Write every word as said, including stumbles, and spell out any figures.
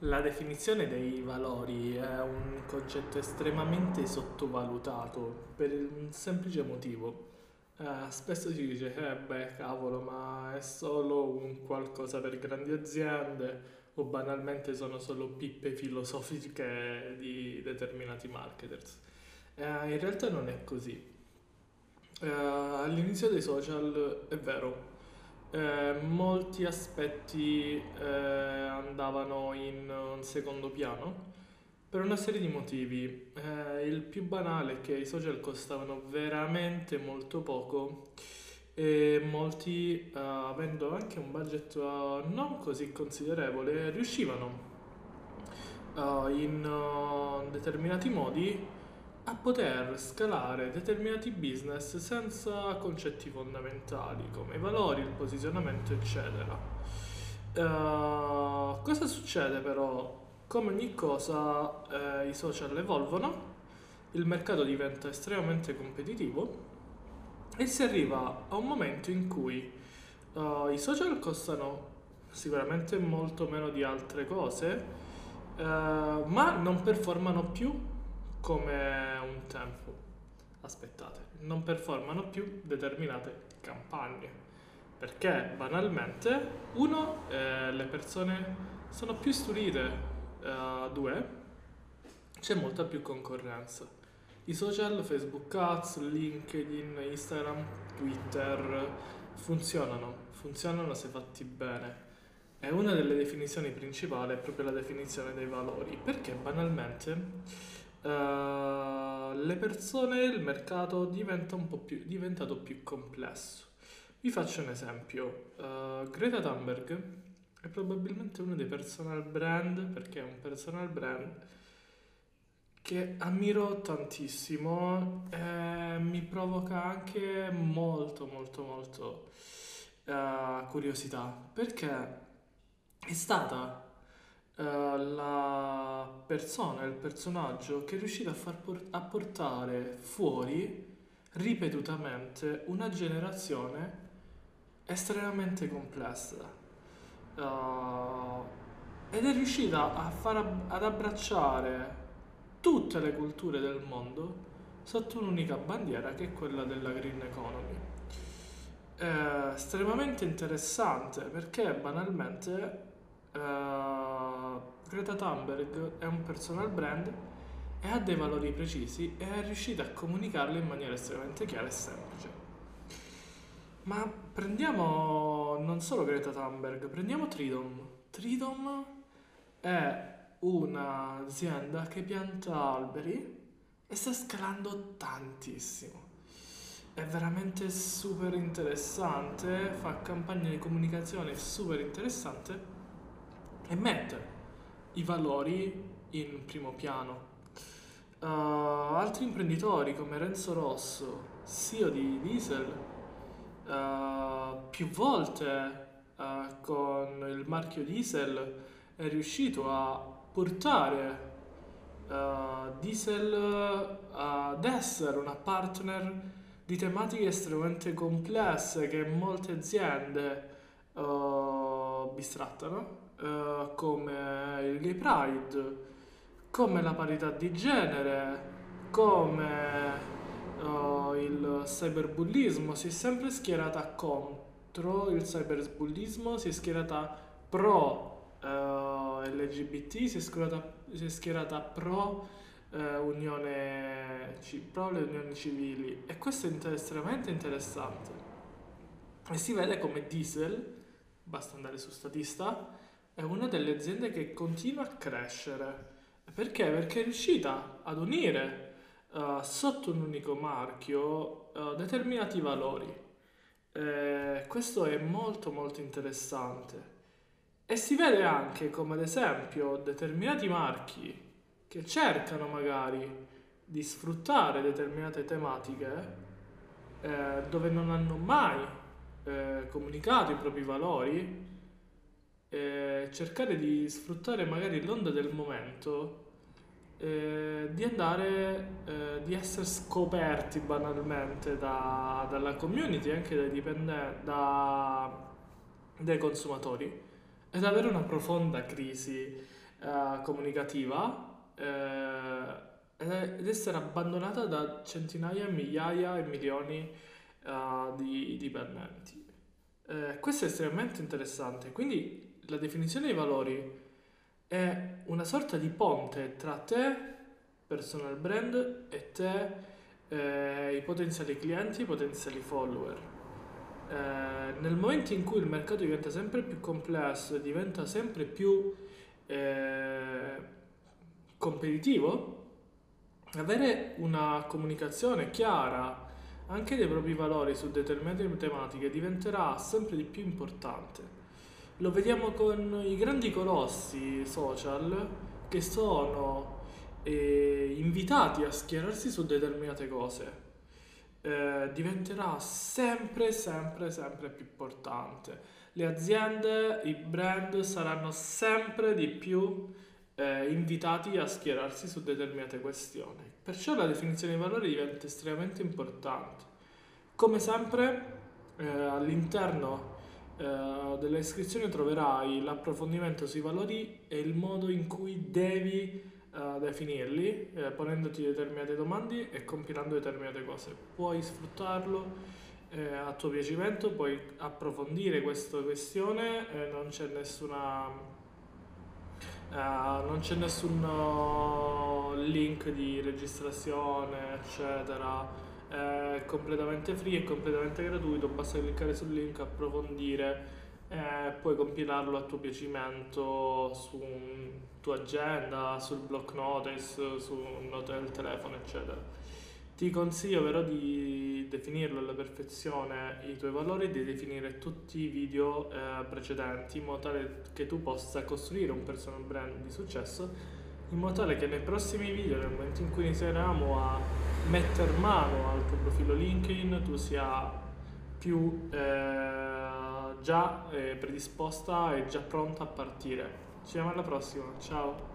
La definizione dei valori è un concetto estremamente sottovalutato per un semplice motivo. Eh, spesso si dice, eh beh, cavolo, ma è solo un qualcosa per grandi aziende o banalmente sono solo pippe filosofiche di determinati marketers. Eh, in realtà non è così. Eh, all'inizio dei social è vero, eh, molti aspetti eh, andavano in un secondo piano per una serie di motivi. Eh, il più banale è che i social costavano veramente molto poco e molti, eh, avendo anche un budget eh, non così considerevole, riuscivano eh, in eh, determinati modi a poter scalare determinati business senza concetti fondamentali come i valori, il posizionamento, eccetera. Eh, cosa succede però? Come ogni cosa, eh, i social evolvono, il mercato diventa estremamente competitivo e si arriva a un momento in cui eh, i social costano sicuramente molto meno di altre cose, eh, ma non performano più come un tempo. Aspettate, non performano più determinate campagne. Perché banalmente, uno, eh, le persone sono più istruite, eh, due, c'è molta più concorrenza. I social, Facebook Ads, LinkedIn, Instagram, Twitter funzionano, funzionano se fatti bene. E una delle definizioni principali è proprio la definizione dei valori, perché banalmente eh, le persone, il mercato diventa un po' più, diventato più complesso. Vi faccio un esempio. Eh, Greta Thunberg è probabilmente uno dei personal brand, perché è un personal brand che ammiro tantissimo e mi provoca anche molto, molto, molto eh, curiosità, perché è stata eh, la persona, il personaggio che è riuscito a far por- a portare fuori ripetutamente una generazione estremamente complessa. Uh, ed è riuscita a far ab- ad abbracciare tutte le culture del mondo sotto un'unica bandiera che è quella della green economy. È estremamente interessante perché banalmente eh, Greta Thunberg è un personal brand e ha dei valori precisi e è riuscita a comunicarli in maniera estremamente chiara e semplice. Ma prendiamo non solo Greta Thunberg, prendiamo Tridom. Tridom è un'azienda che pianta alberi e sta scalando tantissimo. È veramente super interessante, fa campagne di comunicazione super interessante e mette i valori in primo piano. Uh, altri imprenditori come Renzo Rosso, C E O di Diesel, uh, più volte uh, con il marchio Diesel è riuscito a portare uh, Diesel ad essere una partner di tematiche estremamente complesse che molte aziende uh, bistrattano, uh, come il Gay Pride, come la parità di genere, come uh, il cyberbullismo. Si è sempre schierata contro il cyberbullismo, si è schierata pro uh, L G B T, si è schierata, si è schierata pro eh, unione, ci- pro le unioni civili e questo è inter- estremamente interessante e si vede come Diesel, basta andare su Statista, è una delle aziende che continua a crescere. Perché? Perché è riuscita ad unire eh, sotto un unico marchio eh, determinati valori. Eh, questo è molto molto interessante. E si vede anche come ad esempio determinati marchi che cercano magari di sfruttare determinate tematiche eh, dove non hanno mai eh, comunicato i propri valori, eh, cercare di sfruttare magari l'onda del momento, eh, di andare, eh, di essere scoperti banalmente da- dalla community, anche dai dipendenti, da- dai consumatori ed avere una profonda crisi eh, eh, comunicativa eh, ed essere abbandonata da centinaia, migliaia e milioni eh, di dipendenti. Eh, questo è estremamente interessante. Quindi la definizione dei valori è una sorta di ponte tra te, personal brand, e te, eh, i potenziali clienti, i potenziali follower. Eh, nel momento in cui il mercato diventa sempre più complesso e diventa sempre più eh, competitivo, avere una comunicazione chiara anche dei propri valori su determinate tematiche diventerà sempre di più importante. Lo vediamo con i grandi colossi social che sono eh, invitati a schierarsi su determinate cose. Eh, diventerà sempre, sempre, sempre più importante. Le aziende, i brand saranno sempre di più eh, invitati a schierarsi su determinate questioni. Perciò la definizione dei valori diventa estremamente importante. Come sempre, eh, all'interno eh, della descrizione troverai l'approfondimento sui valori e il modo in cui devi eh, definirli, eh, ponendoti determinate domande e compilando determinate cose. Puoi sfruttarlo eh, a tuo piacimento, puoi approfondire questa questione, eh, non c'è nessuna eh, non c'è nessun uh, link di registrazione, eccetera. È completamente free, è completamente gratuito, basta cliccare sul link, approfondire e puoi compilarlo a tuo piacimento su un- tua agenda, sul block notice, su un note del telefono, eccetera. Ti consiglio però di definirlo alla perfezione i tuoi valori, di definire tutti i video eh, precedenti in modo tale che tu possa costruire un personal brand di successo, in modo tale che nei prossimi video, nel momento in cui inizieremo a mettere mano al tuo profilo LinkedIn, tu sia più eh, già eh, predisposta e già pronta a partire. Ci vediamo alla prossima, ciao!